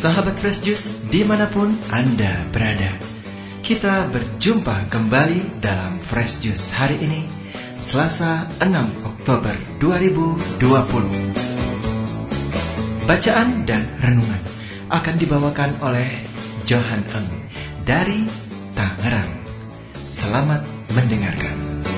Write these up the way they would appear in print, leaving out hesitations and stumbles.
Sahabat Fresh Juice dimanapun Anda berada, kita berjumpa kembali dalam Fresh Juice hari ini, Selasa 6 Oktober 2020. Bacaan dan renungan akan dibawakan oleh Johan Eng dari Tangerang. Selamat mendengarkan.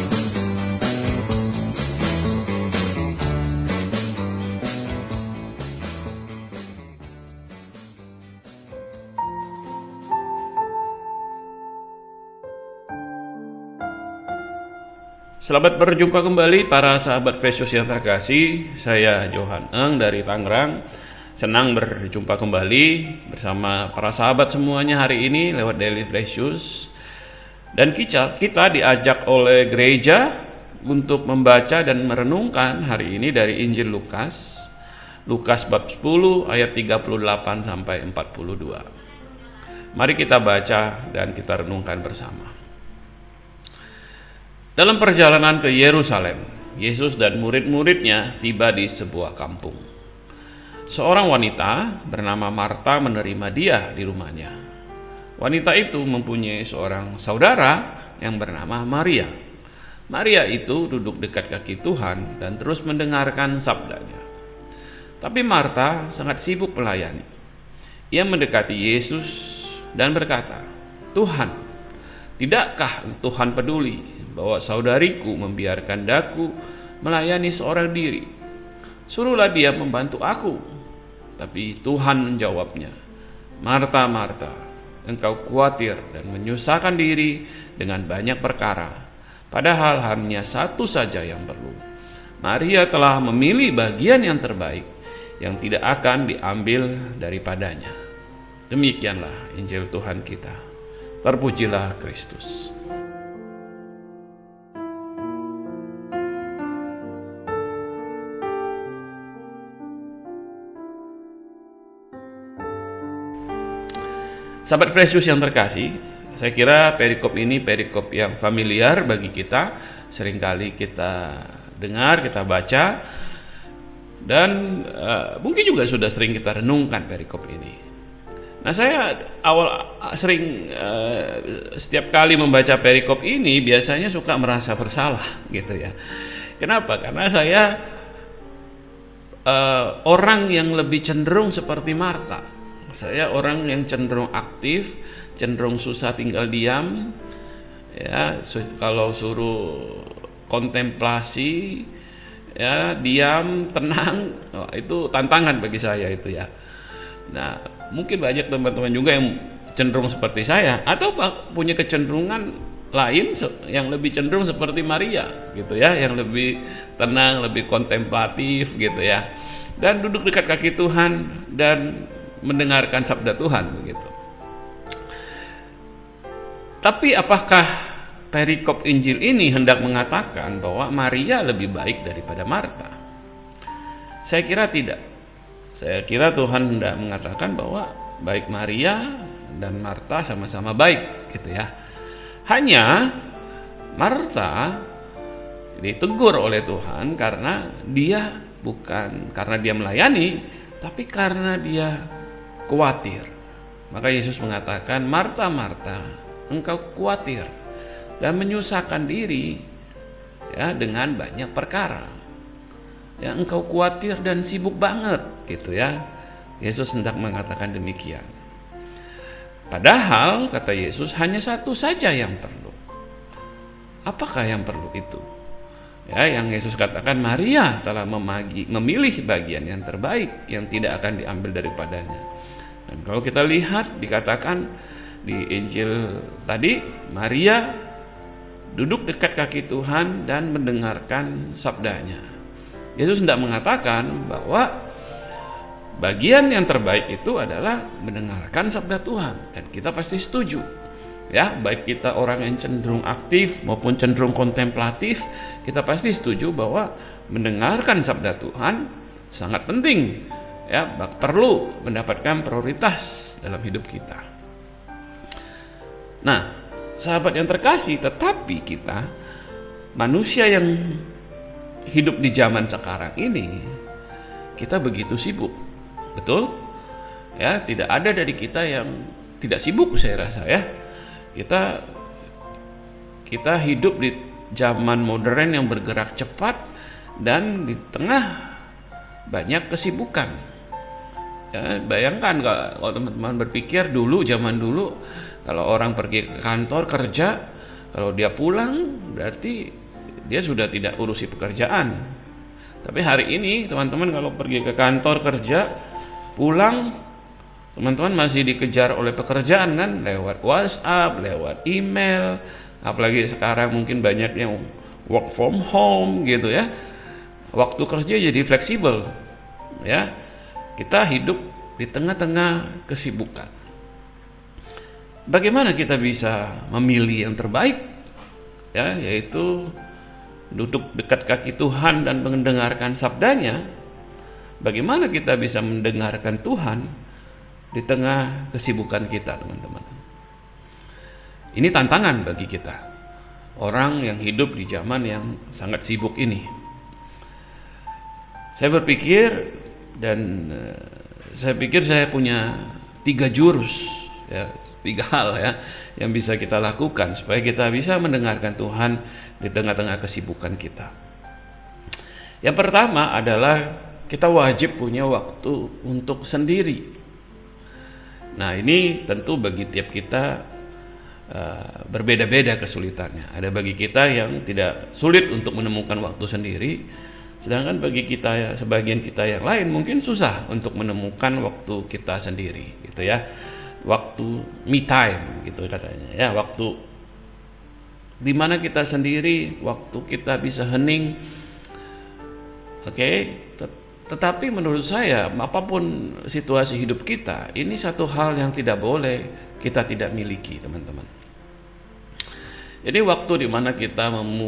Selamat berjumpa kembali para sahabat Fresh Juice yang terkasih. Saya Johan Eng dari Tangerang. Senang berjumpa kembali bersama para sahabat semuanya hari ini lewat Daily Fresh Juice. Dan kita diajak oleh gereja untuk membaca dan merenungkan hari ini dari Injil Lukas. Lukas bab 10 ayat 38 sampai 42. Mari kita baca dan kita renungkan bersama. Dalam perjalanan ke Yerusalem, Yesus dan murid-muridnya tiba di sebuah kampung. Seorang wanita bernama Marta menerima dia di rumahnya. Wanita itu mempunyai seorang saudara yang bernama Maria. Maria itu duduk dekat kaki Tuhan dan terus mendengarkan sabdanya. Tapi Marta sangat sibuk melayani. Ia mendekati Yesus dan berkata, "Tuhan, tidakkah Tuhan peduli bahwa saudariku membiarkan daku melayani seorang diri? Suruhlah dia membantu aku." Tapi Tuhan menjawabnya, "Marta, Marta, engkau khawatir dan menyusahkan diri dengan banyak perkara. Padahal hanya satu saja yang perlu. Maria telah memilih bagian yang terbaik, yang tidak akan diambil daripadanya." Demikianlah Injil Tuhan kita. Terpujilah Kristus. Sahabat Fresh Juice yang terkasih, saya kira perikop ini perikop yang familiar bagi kita. Seringkali kita dengar, kita baca, dan mungkin juga sudah sering kita renungkan perikop ini. Nah, saya setiap kali membaca perikop ini biasanya suka merasa bersalah gitu ya. Kenapa? Karena saya orang yang lebih cenderung seperti Marta. Saya orang yang cenderung aktif, cenderung susah tinggal diam. Ya, kalau suruh kontemplasi, ya diam, tenang, itu tantangan bagi saya itu ya. Nah, mungkin banyak teman-teman juga yang cenderung seperti saya, atau punya kecenderungan lain yang lebih cenderung seperti Maria gitu ya, yang lebih tenang, lebih kontemplatif gitu ya, dan duduk dekat kaki Tuhan dan mendengarkan sabda Tuhan begitu. Tapi apakah perikop Injil ini hendak mengatakan bahwa Maria lebih baik daripada Marta? Saya kira tidak. Saya kira Tuhan hendak mengatakan bahwa baik Maria dan Marta sama-sama baik gitu ya. Hanya Marta ditegur oleh Tuhan karena dia bukan karena dia melayani, tapi karena dia khawatir. Maka Yesus mengatakan, "Marta, Marta, engkau khawatir dan menyusahkan diri ya dengan banyak perkara. Ya, engkau khawatir dan sibuk banget gitu ya." Yesus hendak mengatakan demikian. Padahal kata Yesus hanya satu saja yang perlu. Apakah yang perlu itu? Ya, yang Yesus katakan, Maria telah memilih bagian yang terbaik, yang tidak akan diambil daripadanya. Dan kalau kita lihat dikatakan di Injil tadi, Maria duduk dekat kaki Tuhan dan mendengarkan sabdanya. Yesus hendak mengatakan bahwa bagian yang terbaik itu adalah mendengarkan sabda Tuhan, dan kita pasti setuju. Ya, baik kita orang yang cenderung aktif maupun cenderung kontemplatif, kita pasti setuju bahwa mendengarkan sabda Tuhan sangat penting. Ya, perlu mendapatkan prioritas dalam hidup kita. Nah, sahabat yang terkasih, tetapi kita manusia yang hidup di zaman sekarang ini, kita begitu sibuk, betul? Ya, tidak ada dari kita yang tidak sibuk, saya rasa ya. Kita hidup di zaman modern yang bergerak cepat dan di tengah banyak kesibukan. Ya, bayangkan kalau teman-teman berpikir zaman dulu kalau orang pergi ke kantor kerja, kalau dia pulang berarti dia sudah tidak urusi pekerjaan. Tapi hari ini teman-teman kalau pergi ke kantor kerja, pulang teman-teman masih dikejar oleh pekerjaan kan, lewat WhatsApp, lewat email, apalagi sekarang mungkin banyak yang work from home gitu ya. Waktu kerja jadi fleksibel. Ya. Kita hidup di tengah-tengah kesibukan. Bagaimana kita bisa memilih yang terbaik? Ya, yaitu duduk dekat kaki Tuhan dan mendengarkan sabdanya. Bagaimana kita bisa mendengarkan Tuhan di tengah kesibukan kita, teman-teman? Ini tantangan bagi kita, orang yang hidup di zaman yang sangat sibuk ini. Saya berpikir saya punya 3 jurus, ya, 3 hal ya yang bisa kita lakukan supaya kita bisa mendengarkan Tuhan di tengah-tengah kesibukan kita. Yang pertama adalah kita wajib punya waktu untuk sendiri. Nah, ini tentu bagi tiap kita berbeda-beda kesulitannya. Ada bagi kita yang tidak sulit untuk menemukan waktu sendiri, sedangkan bagi kita, sebagian kita yang lain mungkin susah untuk menemukan waktu kita sendiri, gitu ya. Waktu me time, gitu katanya. Ya, waktu di mana kita sendiri, waktu kita bisa hening. Oke. Tetapi menurut saya, apapun situasi hidup kita, ini satu hal yang tidak boleh kita tidak miliki, teman-teman. Jadi waktu di mana kita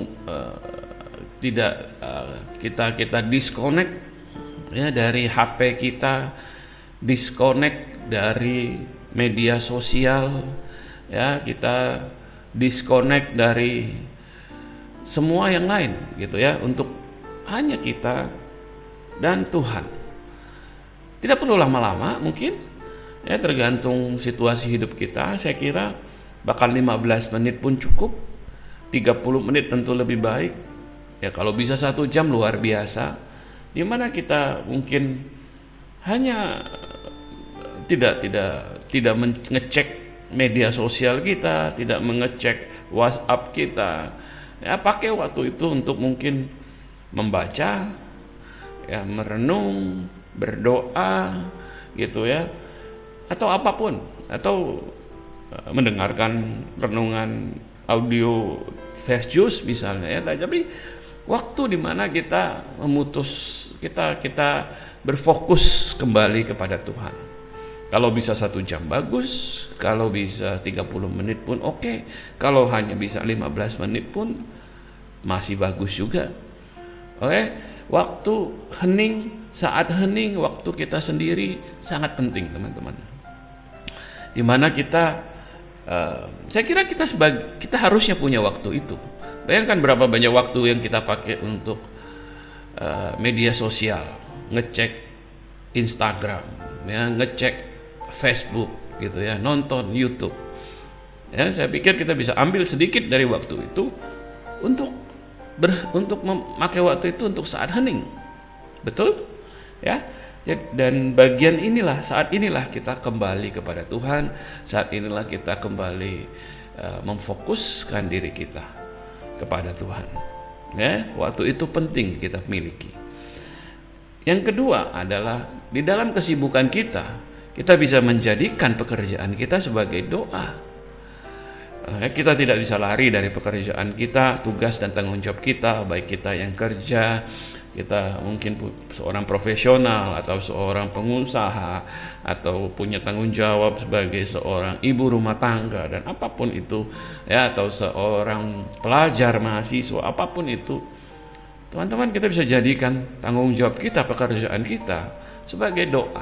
kita disconnect ya dari HP kita, disconnect dari media sosial, ya, kita disconnect dari semua yang lain, gitu ya, untuk hanya kita dan Tuhan. Tidak perlu lama-lama, mungkin ya, tergantung situasi hidup kita. Saya kira bahkan 15 menit pun cukup, 30 menit tentu lebih baik. Ya, kalau bisa 1 jam luar biasa, di mana kita mungkin hanya tidak mengecek media sosial kita, tidak mengecek WhatsApp kita. Ya, pakai waktu itu untuk mungkin membaca, ya, merenung, berdoa, gitu ya, atau apapun, atau mendengarkan renungan audio Fresh Juice misalnya ya. Tapi waktu di mana kita kita berfokus kembali kepada Tuhan. Kalau bisa 1 jam bagus, kalau bisa 30 menit pun oke. Kalau hanya bisa 15 menit pun masih bagus juga. Oke. Waktu hening, saat hening, waktu kita sendiri sangat penting, teman-teman. Di mana saya kira kita harusnya punya waktu itu. Bayangkan berapa banyak waktu yang kita pakai untuk media sosial, ngecek Instagram, ya, ngecek Facebook, gitu ya, nonton YouTube. Ya, saya pikir kita bisa ambil sedikit dari waktu itu untuk memakai waktu itu untuk saat hening. Betul? Ya. Dan saat inilah kita kembali kepada Tuhan, saat inilah kita kembali memfokuskan diri kita kepada Tuhan. Ya, waktu itu penting kita miliki. Yang kedua adalah di dalam kesibukan kita bisa menjadikan pekerjaan kita sebagai doa. Kita tidak bisa lari dari pekerjaan kita, tugas dan tanggung jawab kita, baik kita yang kerja, kita mungkin seorang profesional atau seorang pengusaha atau punya tanggung jawab sebagai seorang ibu rumah tangga dan apapun itu, ya, atau seorang pelajar, mahasiswa, apapun itu. Teman-teman, kita bisa jadikan tanggung jawab kita, pekerjaan kita sebagai doa.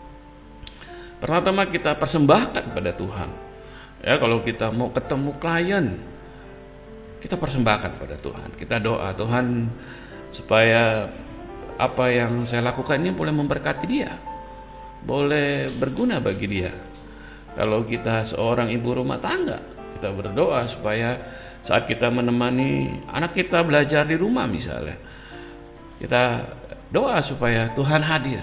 Pertama kita persembahkan pada Tuhan. Ya, kalau kita mau ketemu klien, kita persembahkan pada Tuhan. Kita doa, Tuhan, supaya apa yang saya lakukan ini boleh memberkati dia. boleh berguna bagi dia. Kalau kita seorang ibu rumah tangga, kita berdoa supaya saat kita menemani anak kita belajar di rumah misalnya, kita doa supaya Tuhan hadir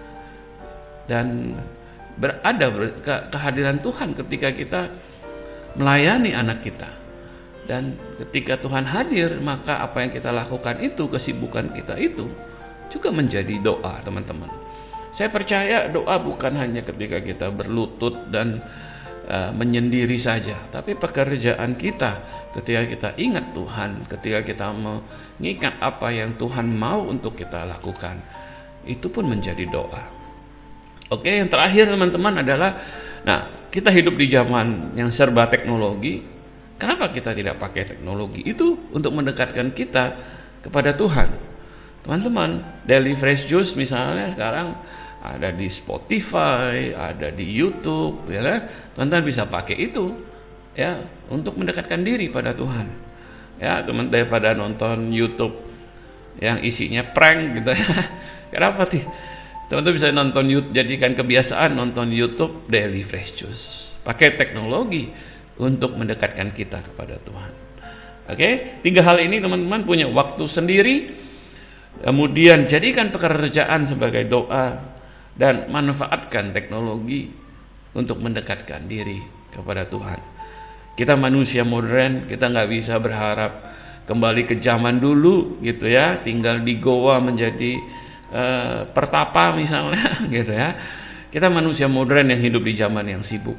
dan berada kehadiran Tuhan ketika kita melayani anak kita. Dan ketika Tuhan hadir, maka apa yang kita lakukan itu, kesibukan kita itu juga menjadi doa, teman-teman. Saya percaya doa bukan hanya ketika kita berlutut dan menyendiri saja, tapi pekerjaan kita ketika kita ingat Tuhan, ketika kita mengingat apa yang Tuhan mau untuk kita lakukan, itu pun menjadi doa. Oke, yang terakhir teman-teman adalah, kita hidup di zaman yang serba teknologi. Kenapa kita tidak pakai teknologi itu untuk mendekatkan kita kepada Tuhan? Teman-teman, Daily Fresh Juice misalnya sekarang ada di Spotify, ada di YouTube, ya. Teman-teman bisa pakai itu, ya, untuk mendekatkan diri pada Tuhan. Ya, teman, daripada nonton YouTube yang isinya prank gitu ya. Kenapa sih? Teman-teman bisa nonton YouTube, jadikan kebiasaan nonton YouTube Daily Fresh Juice. Pakai teknologi untuk mendekatkan kita kepada Tuhan. Oke, 3 hal ini teman-teman punya waktu sendiri. Kemudian jadikan pekerjaan sebagai doa dan manfaatkan teknologi untuk mendekatkan diri kepada Tuhan. Kita manusia modern, kita nggak bisa berharap kembali ke zaman dulu gitu ya, tinggal di goa menjadi pertapa misalnya gitu ya. Kita manusia modern yang hidup di zaman yang sibuk.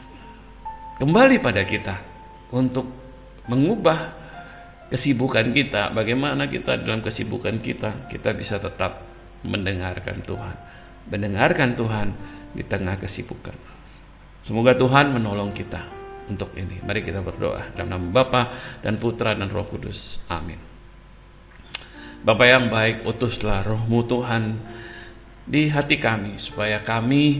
Kembali pada kita untuk mengubah kesibukan kita. Bagaimana kita dalam kesibukan kita bisa tetap mendengarkan Tuhan. Mendengarkan Tuhan di tengah kesibukan. Semoga Tuhan menolong kita untuk ini. Mari kita berdoa dalam nama Bapa dan Putra dan Roh Kudus. Amin. Bapa yang baik, utuslah Roh-Mu Tuhan di hati kami, supaya kami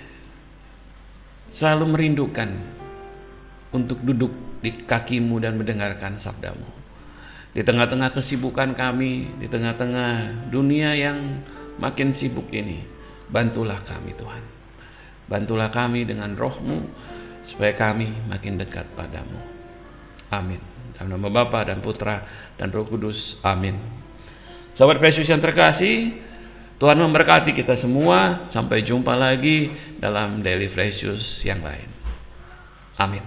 selalu merindukan untuk duduk di kaki-Mu dan mendengarkan sabda-Mu. Di tengah-tengah kesibukan kami, di tengah-tengah dunia yang makin sibuk ini, bantulah kami Tuhan. Bantulah kami dengan Roh-Mu, supaya kami makin dekat padamu. Amin. Dalam nama Bapa dan Putra dan Roh Kudus. Amin. Sahabat Fresh Juice yang terkasih, Tuhan memberkati kita semua. Sampai jumpa lagi dalam Daily Fresh Juice yang lain. Amin.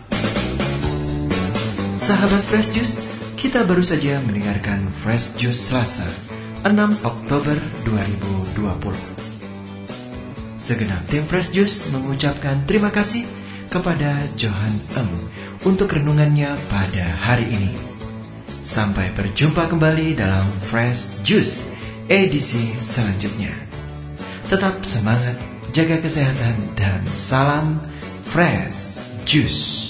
Sahabat Fresh Juice, kita baru saja mendengarkan Fresh Juice Selasa, 6 Oktober 2020. Segenap tim Fresh Juice mengucapkan terima kasih kepada Johan Eng untuk renungannya pada hari ini. Sampai berjumpa kembali dalam Fresh Juice edisi selanjutnya. Tetap semangat, jaga kesehatan, dan salam Fresh Juice.